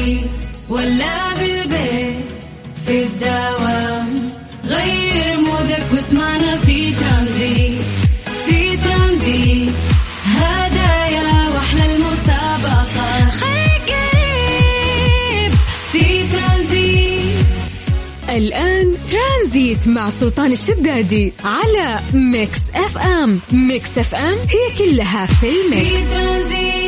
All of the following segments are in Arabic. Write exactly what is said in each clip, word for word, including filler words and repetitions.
الطريق ولا بالبيت في الدوام، غير مودك واسمعنا في ترانزيت. في ترانزيت هدايا واحلى المسابقة، خليك قريب في ترانزيت. الآن ترانزيت مع سلطان الشدادي على ميكس اف ام. ميكس اف ام هي كلها في الميكس. في ترانزيت.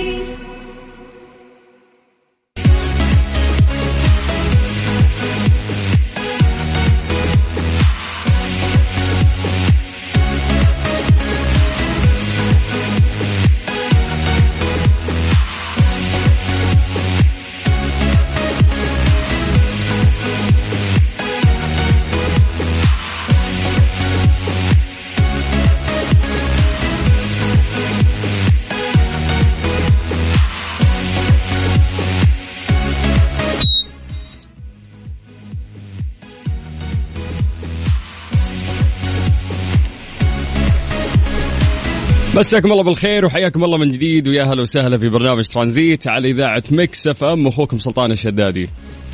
مساكم الله بالخير وحياكم الله من جديد، ويا هلا وسهلا في برنامج ترانزيت على إذاعة ميكس اف ام. أخوكم سلطان الشدادي.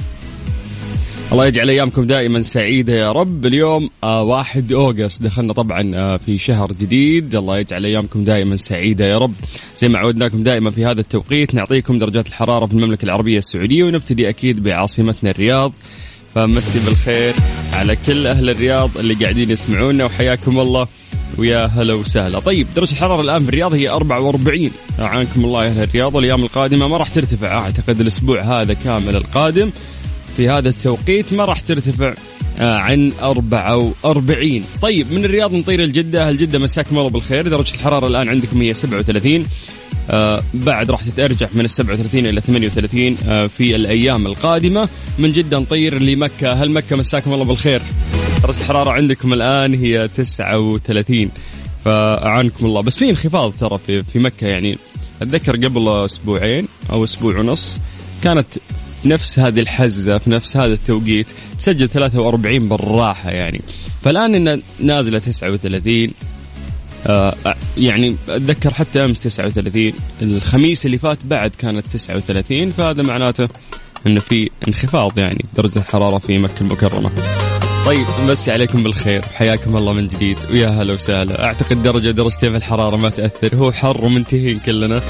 الله يجعل أيامكم دائما سعيدة يا رب. اليوم آه واحد أوغست، دخلنا طبعا آه في شهر جديد. الله يجعل أيامكم دائما سعيدة يا رب. زي ما عودناكم دائما في هذا التوقيت نعطيكم درجات الحرارة في المملكة العربية السعودية، ونبتدي أكيد بعاصمتنا الرياض. فمسي بالخير على كل أهل الرياض اللي قاعدين يسمعونا، وحياكم الله ويا هلا وسهلا. طيب درجة الحرارة الآن في الرياض هي أربعة وأربعين. أعانكم الله يا أهل الرياض. والأيام القادمة ما راح ترتفع، أعتقد الأسبوع هذا كامل القادم في هذا التوقيت ما راح ترتفع عن أربعة وأربعين. طيب من الرياض نطير الجدة. أهل جدة مساكم الله بالخير. درجة الحرارة الآن عندكم هي سبعة وثلاثين. آه بعد راح تتأرجح من السبعة وثلاثين إلى ثمانية وثلاثين آه في الأيام القادمة. من جدة نطير لمكة. هل مكة مساكم الله بالخير. درجة الحرارة عندكم الآن هي تسعة وثلاثين. فأعانكم الله. بس في انخفاض ترى في, في مكة. يعني أتذكر قبل أسبوعين أو أسبوع ونص كانت في نفس هذه الحزة في نفس هذا التوقيت تسجل ثلاثة وأربعين بالراحة يعني. فالآن إن نازلة تسعة وثلاثين. آه يعني أتذكر حتى أمس تسعة وثلاثين. الخميس اللي فات بعد كانت تسعة وثلاثين. فهذا معناته إنه في انخفاض يعني درجة الحرارة في مكة المكرمة. طيب مسي عليكم بالخير، حياكم الله من جديد ويا هلا وسهلا. أعتقد درجة درجتين في الحرارة ما تأثر، هو حر ومنتهين كلنا.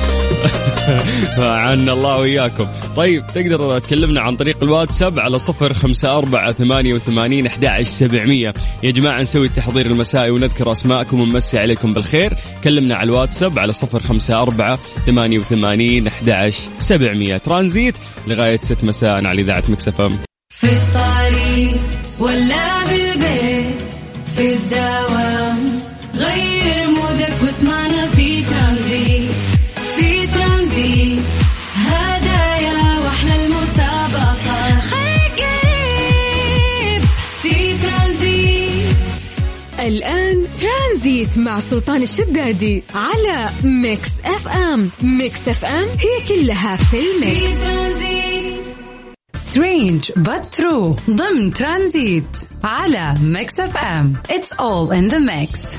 فعنا الله وياكم. طيب تقدر تكلمنا عن طريق الواتساب على صفر خمسة أربعة ثمانية وثمانين أحد عشر سبعمية. يا جماعة نسوي التحضير المسائي ونذكر أسماءكم ونمسي عليكم بالخير. كلمنا على الواتساب على صفر خمسة أربعة ثمانية وثمانين أحد عشر سبعمية. ترانزيت لغاية ست مساء على إذاعة ميكس اف ام. في الطريق ولا بالبيت في الدوام، غير مودك واسمعنا في ترانزيت. في ترانزيت هدايا واحلى المسابقة، خليك قريب في ترانزيت. الآن ترانزيت مع سلطان الشدادي على ميكس اف ام. ميكس اف ام هي كلها في الميكس. Strange but true ضمن ترانزيت على ميكس اف ام. It's all in the mix.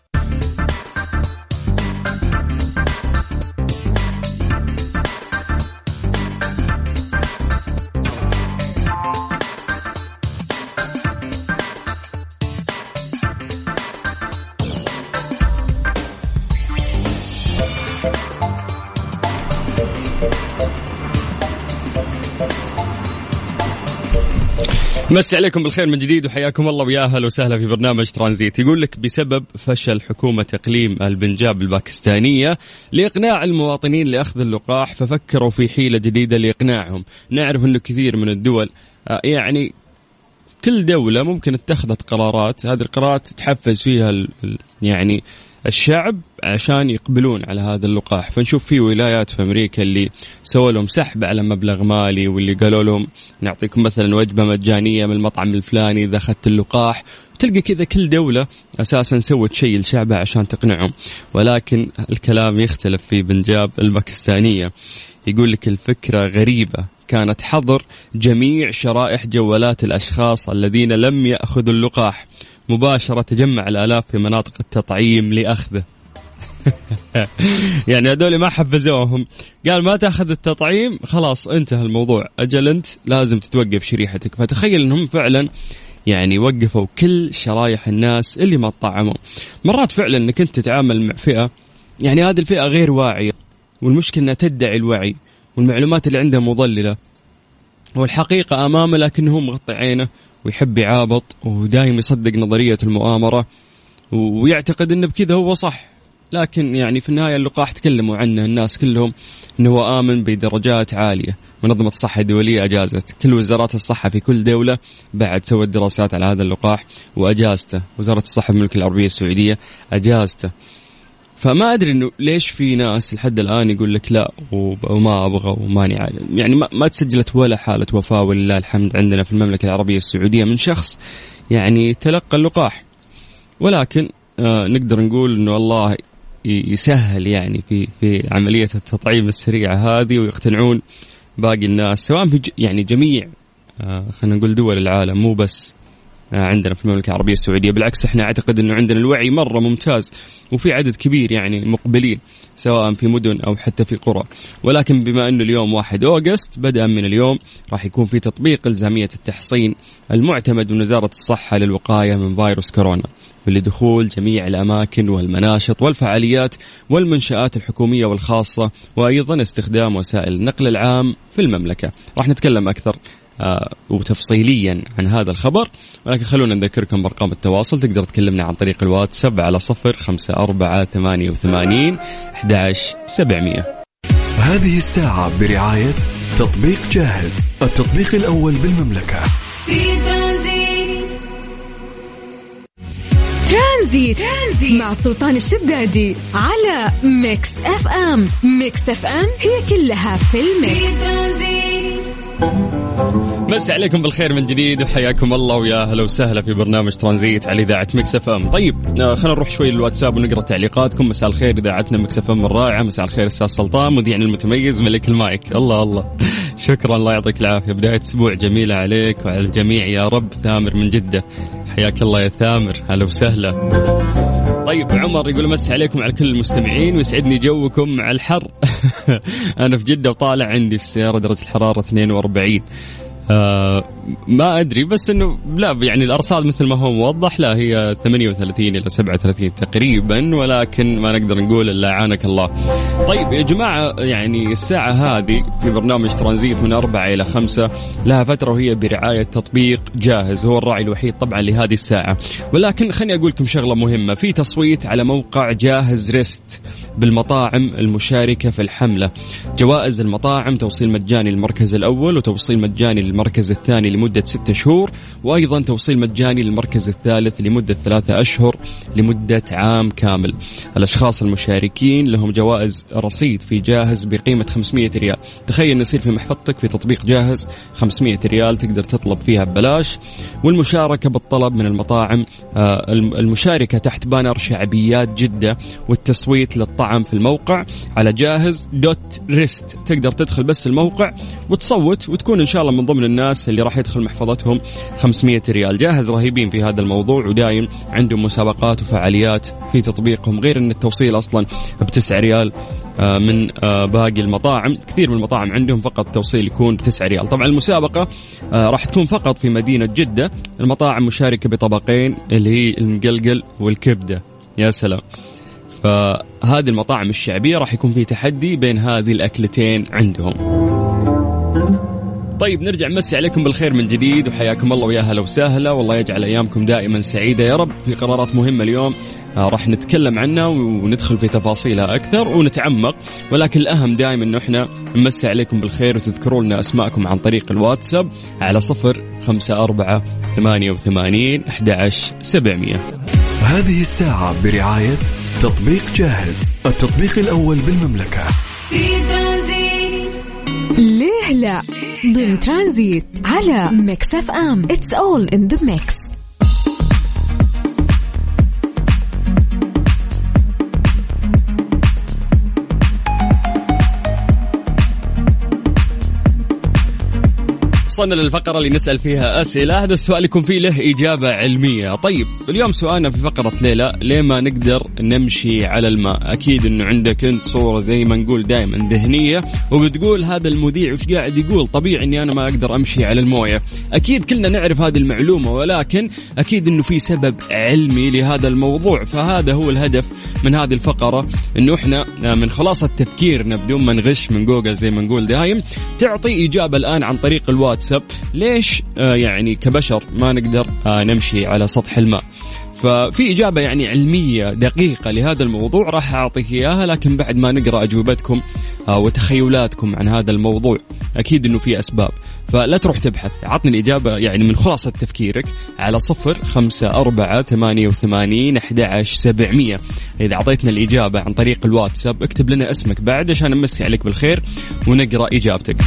مسي عليكم بالخير من جديد وحياكم الله ويا أهلا وسهلا في برنامج ترانزيت. يقول لك بسبب فشل حكومة إقليم البنجاب الباكستانية لإقناع المواطنين لأخذ اللقاح، ففكروا في حيلة جديدة لإقناعهم. نعرف أنه كثير من الدول يعني كل دولة ممكن اتخذت قرارات، هذه القرارات تحفز فيها يعني الشعب عشان يقبلون على هذا اللقاح. فنشوف في ولايات في أمريكا اللي سووا لهم سحب على مبلغ مالي، واللي قالوا لهم نعطيكم مثلا وجبة مجانية من المطعم الفلاني إذا أخذت اللقاح. تلقى كذا كل دولة أساسا سوت شيء لشعبها عشان تقنعهم. ولكن الكلام يختلف في بنجاب الباكستانية. يقول لك الفكرة غريبة، كانت حظر جميع شرائح جوالات الأشخاص الذين لم يأخذوا اللقاح. مباشرة تجمع الآلاف في مناطق التطعيم لأخذه. يعني هذول ما حفزوهم، قال ما تأخذ التطعيم خلاص انتهى الموضوع، أجل أنت لازم تتوقف شريحتك. فتخيل أنهم فعلا يعني وقفوا كل شرايح الناس اللي ما تطعموا. مرات فعلا أنك أنت تتعامل مع فئة يعني هذه الفئة غير واعية، والمشكلة أنها تدعي الوعي والمعلومات اللي عندها مضللة، والحقيقة أمامه لكنه مغطي عينه ويحب يعابط ودايم يصدق نظرية المؤامرة ويعتقد أنه بكذا هو صح. لكن يعني في النهاية اللقاح تكلموا عنه الناس كلهم أنه هو آمن بدرجات عالية. منظمة الصحة الدولية أجازت، كل وزارات الصحة في كل دولة بعد سوت دراسات على هذا اللقاح وأجازته. وزارة الصحة في المملكة العربية السعودية أجازته. فما أدري إنه ليش في ناس لحد الآن يقول لك لا وما أبغى وماني عالم. يعني ما, ما تسجلت ولا حالة وفاة ولله الحمد عندنا في المملكة العربية السعودية من شخص يعني تلقى اللقاح. ولكن آه نقدر نقول إنه الله يسهل يعني في في عملية التطعيم السريعة هذه ويقتنعون باقي الناس سواء في يعني جميع آه خلينا نقول دول العالم، مو بس عندنا في المملكة العربية السعودية. بالعكس احنا اعتقد انه عندنا الوعي مرة ممتاز وفي عدد كبير يعني مقبلين سواء في مدن او حتى في قرى. ولكن بما انه اليوم واحد أغسطس بدءا من اليوم راح يكون في تطبيق إلزامية التحصين المعتمد من وزارة الصحة للوقاية من فيروس كورونا، لدخول جميع الأماكن والمناشط والفعاليات والمنشآت الحكومية والخاصة، وأيضا استخدام وسائل النقل العام في المملكة. راح نتكلم أكثر آه وتفصيليا عن هذا الخبر، ولكن خلونا نذكركم بأرقام التواصل. تقدر تكلمنا عن طريق الواتساب على صفر خمسة أربعة ثمانية وثمانين أحد عشر سبعمية. هذه الساعة برعاية تطبيق جاهز، التطبيق الأول بالمملكة. في ترانزيت ترانزيت, ترانزيت مع سلطان الشدادي على ميكس اف ام. ميكس اف ام هي كلها في الميكس. مسا عليكم بالخير من جديد وحياكم الله ويا هلا وسهلا في برنامج ترانزيت على إذاعة ميكس اف ام. طيب خلينا نروح شوي للواتساب ونقرأ تعليقاتكم. مساء الخير إذاعتنا ميكس اف ام الرائعة. مساء الخير أستاذ سلطان مذيعنا المتميز ملك المايك. الله الله شكرا الله يعطيك العافية. بداية أسبوع جميلة عليك وعلى الجميع يا رب. ثامر من جدة حياك الله يا ثامر هلا وسهلا. طيب عمر يقول مسا عليكم على كل المستمعين ويسعدني جوكم مع الحر. أنا في جدة وطالع عندي في السيارة درجة الحرارة اثنين وأربعين. آه ما أدري بس إنه لا يعني الأرصاد مثل ما هو موضح لا هي ثمانية وثلاثين إلى سبعة وثلاثين تقريبا، ولكن ما نقدر نقول إلا عانك الله. طيب يا جماعة يعني الساعة هذه في برنامج ترانزيت من أربعة إلى خمسة لها فترة وهي برعاية تطبيق جاهز، هو الراعي الوحيد طبعا لهذه الساعة. ولكن خلني أقول لكم شغلة مهمة، في تصويت على موقع جاهز ريست بالمطاعم المشاركة في الحملة. جوائز المطاعم توصيل مجاني للمركز الأول وتوصيل مجاني للمركز الثاني لمدة ستة شهور، وأيضا توصيل مجاني للمركز الثالث لمدة ثلاثة أشهر لمدة عام كامل. الأشخاص المشاركين لهم جوائز رصيد في جاهز بقيمة خمسمية ريال. تخيل يصير في محفظتك في تطبيق جاهز خمسمية ريال تقدر تطلب فيها ببلاش. والمشاركة بالطلب من المطاعم آه المشاركة تحت بانر شعبيات جدة والتصويت للطعم في الموقع على جاهز دوت ريست. تقدر تدخل بس الموقع وتصوت وتكون إن شاء الله من ضمن الناس اللي راح يدخل محفظتهم خمسمية ريال. جاهز رهيبين في هذا الموضوع ودايم عندهم مسابقات وفعاليات في تطبيقهم، غير أن التوصيل أصلا بتسعة ريال من باقي المطاعم. كثير من المطاعم عندهم فقط توصيل يكون بتسعة ريال. طبعا المسابقة راح تكون فقط في مدينة جدة. المطاعم مشاركة بطبقين اللي هي المقلقل والكبدة. يا سلام. فهذه المطاعم الشعبية راح يكون في تحدي بين هذه الأكلتين عندهم. طيب نرجع مسي عليكم بالخير من جديد وحياكم الله ويا هلا وسهلا. والله يجعل أيامكم دائما سعيدة يا رب. في قرارات مهمة اليوم آه راح نتكلم عنها وندخل في تفاصيلها أكثر ونتعمق، ولكن الأهم دائما إنه إحنا نمسي عليكم بالخير وتذكروا لنا أسماءكم عن طريق الواتساب على صفر خمسة أربعة ثمانية وثمانين أحد عشر سبعمية. هذه الساعة برعاية تطبيق جاهز، التطبيق الأول بالمملكة. في ترانزيت ليه لا ضمن ترانزيت على ميكس اف ام. It's all in the mix. وصلنا للفقرة اللي نسأل فيها أسئلة. هذا السؤال يكون فيه له إجابة علمية. طيب اليوم سؤالنا في فقرة ليلى، ليه ما نقدر نمشي على الماء؟ أكيد إنه عندك أنت صورة زي ما نقول دائما ذهنية وبتقول هذا المذيع وش قاعد يقول، طبيعي إني أنا ما أقدر أمشي على الموية. أكيد كلنا نعرف هذه المعلومة، ولكن أكيد إنه في سبب علمي لهذا الموضوع. فهذا هو الهدف من هذه الفقرة، إنه إحنا من خلاصة تفكيرنا بدون ما نغش من جوجل زي ما نقول دايم، تعطي إجابة الآن عن طريق الواتساب. ليش آه يعني كبشر ما نقدر آه نمشي على سطح الماء؟ ففي إجابة يعني علمية دقيقة لهذا الموضوع راح أعطيك إياها، لكن بعد ما نقرأ أجوبتكم آه وتخيلاتكم عن هذا الموضوع. أكيد إنه في أسباب، فلا تروح تبحث، عطني الإجابة يعني من خلاصة تفكيرك على صفر خمسة أربعة ثمانية وثمانين أحد عشر سبعمية. إذا أعطيتنا الإجابة عن طريق الواتساب اكتب لنا اسمك بعد عشان نمسي عليك بالخير ونقرأ إجابتك.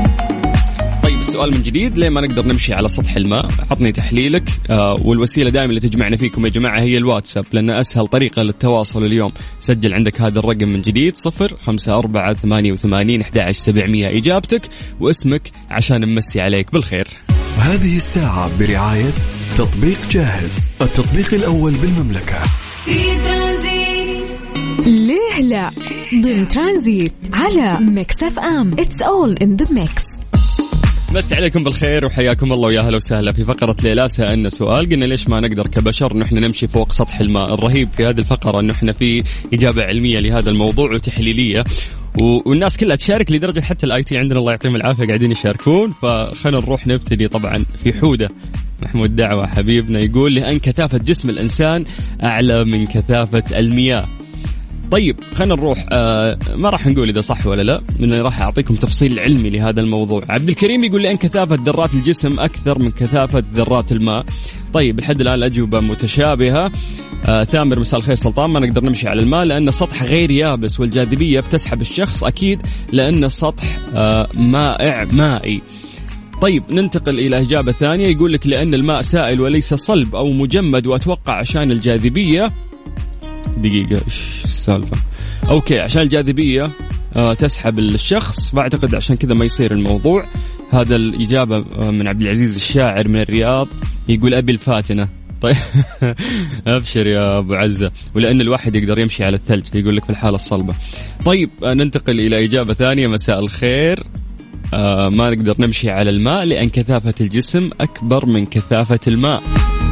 طيب السؤال من جديد، ليه ما نقدر نمشي على سطح الماء؟ عطني تحليلك. آه والوسيلة دائما اللي تجمعنا فيكم يا جماعة هي الواتساب، لأن أسهل طريقة للتواصل اليوم. سجل عندك هذا الرقم من جديد صفر خمسة أربعة ثمانية وثمانين أحد عشر سبعمية، إجابتك واسمك عشان نمسي عليك بالخير. هذه الساعة برعاية تطبيق جاهز، التطبيق الأول بالمملكة. في ترانزيت. ليه لا ضمن ترانزيت على ميكس اف ام. It's all in the mix. مسي عليكم بالخير وحياكم الله ويا هلا وسهلا. في فقرة ليلى سألنا سؤال، قلنا ليش ما نقدر كبشر إنه إحنا نمشي فوق سطح الماء. الرهيب في هذه الفقرة إنه إحنا في إجابة علمية لهذا الموضوع وتحليلية، والناس كلها تشارك لدرجة حتى الآي تي عندنا الله يعطيهم العافية قاعدين يشاركون. فخلنا نروح نبتدي طبعا في حودة. محمود دعوة حبيبنا يقول لأن كثافة جسم الإنسان أعلى من كثافة المياه. طيب خلينا نروح، آه ما راح نقول إذا صح ولا لا، لأني راح أعطيكم تفصيل علمي لهذا الموضوع. عبد الكريم يقول لأن كثافة ذرات الجسم أكثر من كثافة ذرات الماء. طيب لحد الآن الأجوبة متشابهة. آه ثامر مساء الخير سلطان، ما نقدر نمشي على الماء لأن السطح غير يابس والجاذبية بتسحب الشخص. أكيد لأن السطح آه مائع مائي. طيب ننتقل إلى إجابة ثانية، يقول لك لأن الماء سائل وليس صلب أو مجمد، وأتوقع عشان الجاذبية. دقيقة إيش السالفة؟ أوكي عشان الجاذبية آه تسحب الشخص، فأعتقد عشان كذا ما يصير الموضوع. هذا الإجابة من عبد العزيز الشاعر من الرياض، يقول أبي الفاتنة. طيب أبشر يا أبو عزة. ولأن الواحد يقدر يمشي على الثلج، يقول لك في الحالة الصلبة. طيب ننتقل إلى إجابة ثانية. مساء الخير، آه ما نقدر نمشي على الماء لأن كثافة الجسم أكبر من كثافة الماء.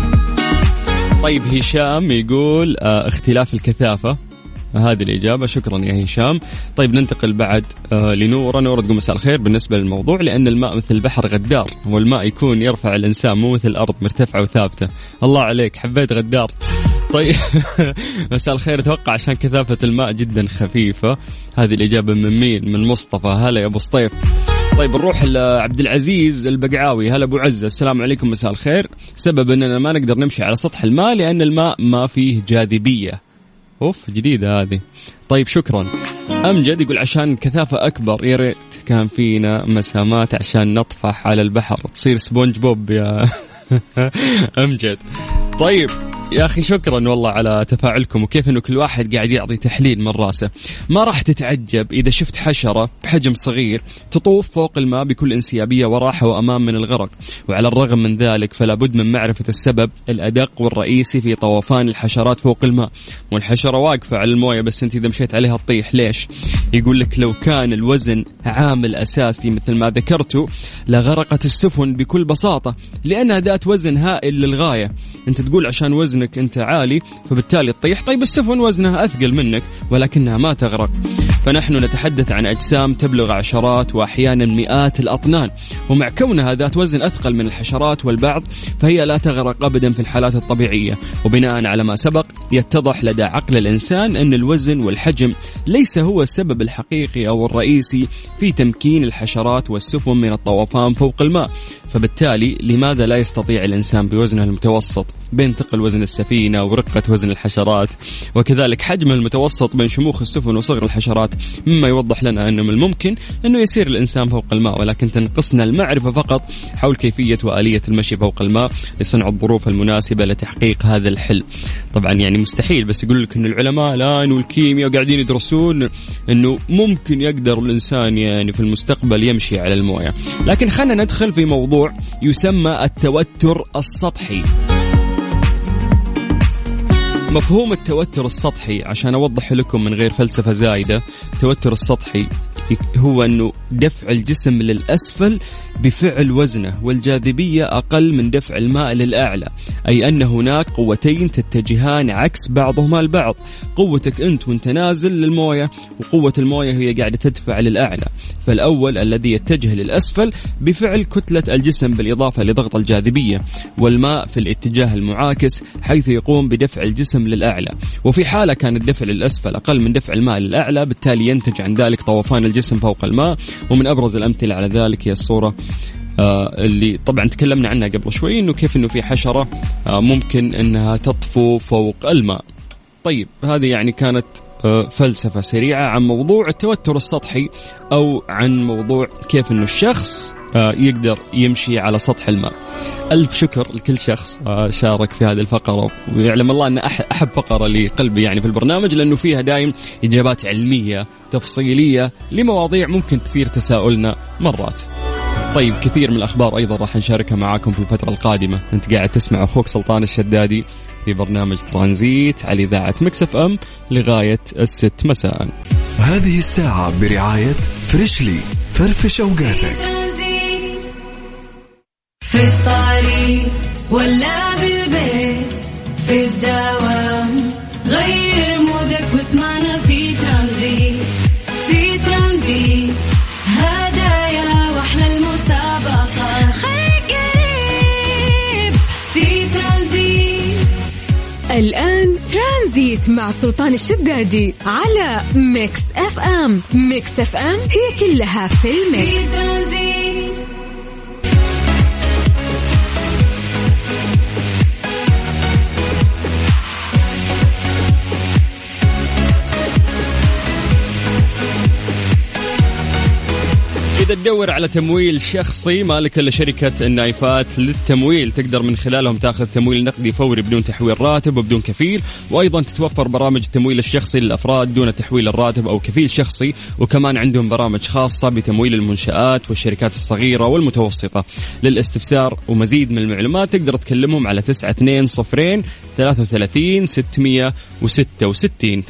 طيب هشام يقول آه اختلاف الكثافة. هذه الإجابة، شكرا يا هشام. طيب ننتقل بعد آه لنورة. نورة تقول مساء الخير، بالنسبة للموضوع لأن الماء مثل البحر غدار، والماء يكون يرفع الإنسان مو مثل الأرض مرتفعة وثابتة. الله عليك، حبيت غدار. طيب مساء الخير، أتوقع عشان كثافة الماء جدا خفيفة. هذه الإجابة من مين؟ من مصطفى. هلا يا أبو سطيف. طيب نروح لعبد العزيز البقعاوي. هلا أبو عزة، السلام عليكم مساء الخير. سبب أننا ما نقدر نمشي على سطح الماء لأن الماء ما فيه جاذبية. أوف جديدة هذه. طيب شكرا. أمجد يقول عشان كثافة أكبر، يا ريت كان فينا مسامات عشان نطفح على البحر تصير سبونج بوب يا أمجد. طيب يا أخي شكرا والله على تفاعلكم، وكيف أنه كل واحد قاعد يعطي تحليل من راسه. ما راح تتعجب إذا شفت حشرة بحجم صغير تطوف فوق الماء بكل انسيابية وراحة وأمان من الغرق. وعلى الرغم من ذلك فلا بد من معرفة السبب الأدق والرئيسي في طوفان الحشرات فوق الماء. والحشرة واقفة على الموية بس أنت إذا مشيت عليها تطيح. ليش؟ يقول لك لو كان الوزن عامل أساسي مثل ما ذكرته لغرقت السفن بكل بساطة، لأنها ذات وزن هائل للغاية. أنت تقول عشان وزنك أنت عالي فبالتالي تطيح. طيب السفن وزنها أثقل منك ولكنها ما تغرق. فنحن نتحدث عن أجسام تبلغ عشرات وأحيانا مئات الأطنان، ومع كونها ذات وزن أثقل من الحشرات والبعض فهي لا تغرق أبدا في الحالات الطبيعية. وبناء على ما سبق يتضح لدى عقل الإنسان أن الوزن والحجم ليس هو السبب الحقيقي أو الرئيسي في تمكين الحشرات والسفن من الطوفان فوق الماء. فبالتالي لماذا لا يستطيع الإنسان بوزنه المتوسط بين ثقل وزن السفينة ورقة وزن الحشرات، وكذلك حجم المتوسط بين شموخ السفن وصغر الحشرات، مما يوضح لنا أنه من الممكن أنه يسير الإنسان فوق الماء، ولكن تنقصنا المعرفة فقط حول كيفية وآلية المشي فوق الماء لصنع الظروف المناسبة لتحقيق هذا الحلم. طبعا يعني مستحيل، بس يقول لك أن العلماء الآن والكيمياء قاعدين يدرسون أنه ممكن يقدر الإنسان يعني في المستقبل يمشي على الموية. لكن خلنا ندخل في موضوع يسمى التوتر السطحي. مفهوم التوتر السطحي عشان أوضح لكم من غير فلسفة زايدة، التوتر السطحي هو أنه دفع الجسم للأسفل بفعل وزنه والجاذبية أقل من دفع الماء للأعلى، أي أن هناك قوتين تتجهان عكس بعضهما البعض، قوتك أنت وانت نازل للموية وقوة الموية هي قاعدة تدفع للأعلى. فالأول الذي يتجه للأسفل بفعل كتلة الجسم بالإضافة لضغط الجاذبية، والماء في الاتجاه المعاكس حيث يقوم بدفع الجسم للأعلى. وفي حالة كان الدفع للأسفل أقل من دفع الماء للأعلى، بالتالي ينتج عن ذلك طوفان الجسم فوق الماء. ومن أبرز الأمثلة على ذلك هي الصورة آه اللي طبعا تكلمنا عنها قبل شوي، إنه كيف إنه في حشرة آه ممكن إنها تطفو فوق الماء. طيب هذه يعني كانت آه فلسفة سريعة عن موضوع التوتر السطحي، أو عن موضوع كيف إنه الشخص آه يقدر يمشي على سطح الماء. ألف شكر لكل شخص آه شارك في هذه الفقرة، ويعلم الله أن أحب فقرة لقلبي يعني في البرنامج، لأنه فيها دائم إجابات علمية تفصيلية لمواضيع ممكن تثير تساؤلنا مرات. طيب كثير من الأخبار أيضا راح نشاركها معاكم في الفترة القادمة. أنت قاعد تسمع أخوك سلطان الشدادي في برنامج ترانزيت على إذاعة ميكس اف ام لغاية الست مساء. هذه الساعة برعاية فريشلي، فرفش أوقاتك. في الطريق ولا بالبيت، في الدوام غير مودك واسمعنا في ترانزيت. في ترانزيت هدايا واحلى المسابقة، خليك قريب في ترانزيت. الآن ترانزيت مع سلطان الشدادي على ميكس اف ام. ميكس اف ام هي كلها في الميكس. إذا تدور على تمويل شخصي مالك إلا شركة النايفات للتمويل، تقدر من خلالهم تاخذ تمويل نقدي فوري بدون تحويل راتب وبدون كفيل، وأيضا تتوفر برامج التمويل الشخصي للأفراد دون تحويل الراتب أو كفيل شخصي، وكمان عندهم برامج خاصة بتمويل المنشآت والشركات الصغيرة والمتوسطة. للاستفسار ومزيد من المعلومات تقدر تكلمهم على تسعة اثنين صفرين ثلاثة وثلاثين ستمية وستة وستين.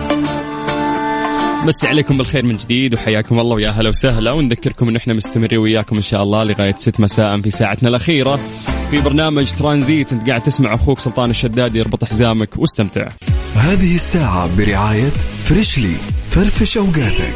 مسي عليكم بالخير من جديد وحياكم الله ويا هلا وسهلا، ونذكركم ان احنا مستمرين وياكم ان شاء الله لغايه ست مساء في ساعتنا الاخيره في برنامج ترانزيت. انت قاعد تسمع اخوك سلطان الشدادي، اربط حزامك واستمتع. هذه الساعه برعايه فريشلي، فرفش اوقاتك.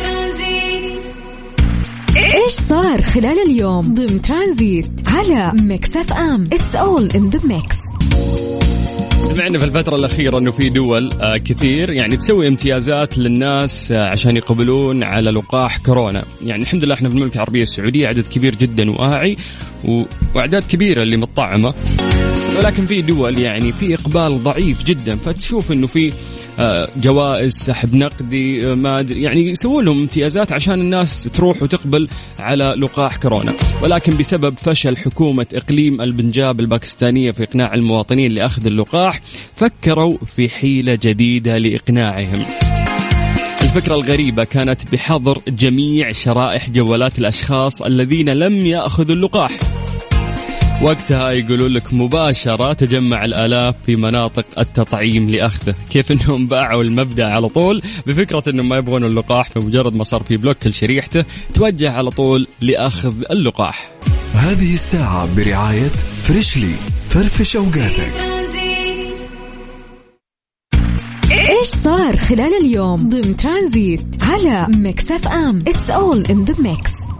ايش صار خلال اليوم ضمن ترانزيت على ميكس اف ام. It's all in the mix. سمعنا في الفترة الأخيرة أنه في دول كثير يعني تسوي امتيازات للناس عشان يقبلون على لقاح كورونا. يعني الحمد لله احنا في المملكة العربية السعودية عدد كبير جدا واعي وأعداد كبيرة اللي متطعمة، ولكن في دول يعني في إقبال ضعيف جدا، فتشوف أنه في جوائز سحب نقدي ما يعني يسوون لهم امتيازات عشان الناس تروح وتقبل على لقاح كورونا. ولكن بسبب فشل حكومة إقليم البنجاب الباكستانية في إقناع المواطنين لأخذ اللقاح، فكروا في حيلة جديدة لإقناعهم. الفكرة الغريبة كانت بحظر جميع شرائح جوالات الأشخاص الذين لم يأخذوا اللقاح. وقتها يقولون لك مباشرة تجمع الآلاف في مناطق التطعيم لأخذه. كيف أنهم باعوا المبدأ على طول بفكرة أنهم ما يبغون اللقاح، فمجرد ما صار في بلوك لشريحته توجه على طول لأخذ اللقاح. هذه الساعة برعاية فريشلي، فرفش أوقاتك. ايش صار خلال اليوم ضمن ترانزيت على ميكس اف ام. It's all in the mix.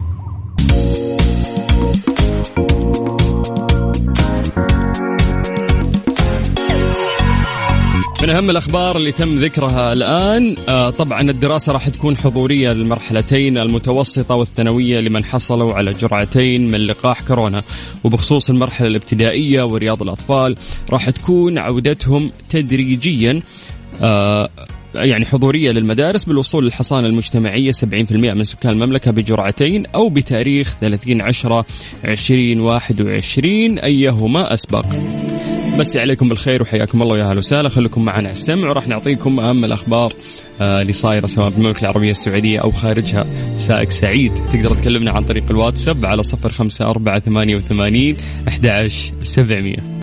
من من أهم الأخبار اللي تم ذكرها الآن آه طبعا الدراسة راح تكون حضورية للمرحلتين المتوسطة والثانوية لمن حصلوا على جرعتين من لقاح كورونا. وبخصوص المرحلة الابتدائية ورياض الأطفال راح تكون عودتهم تدريجيا آه يعني حضورية للمدارس بالوصول للحصانة المجتمعية سبعين بالمئة من سكان المملكة بجرعتين أو بتاريخ ثلاثين عشرة عشرين واحد وعشرين أيهما أسبق. بس عليكم بالخير وحياكم الله ويا هلا وسهلا. خليكم معنا على السمع وراح نعطيكم أهم الأخبار اللي صايرة سواء بالمملكة العربية السعودية أو خارجها. مساءك سعيد. تقدر تكلمنا عن طريق الواتساب على صفر خمسة أربعة ثمانية وثمانين أحد عشر سبعمية.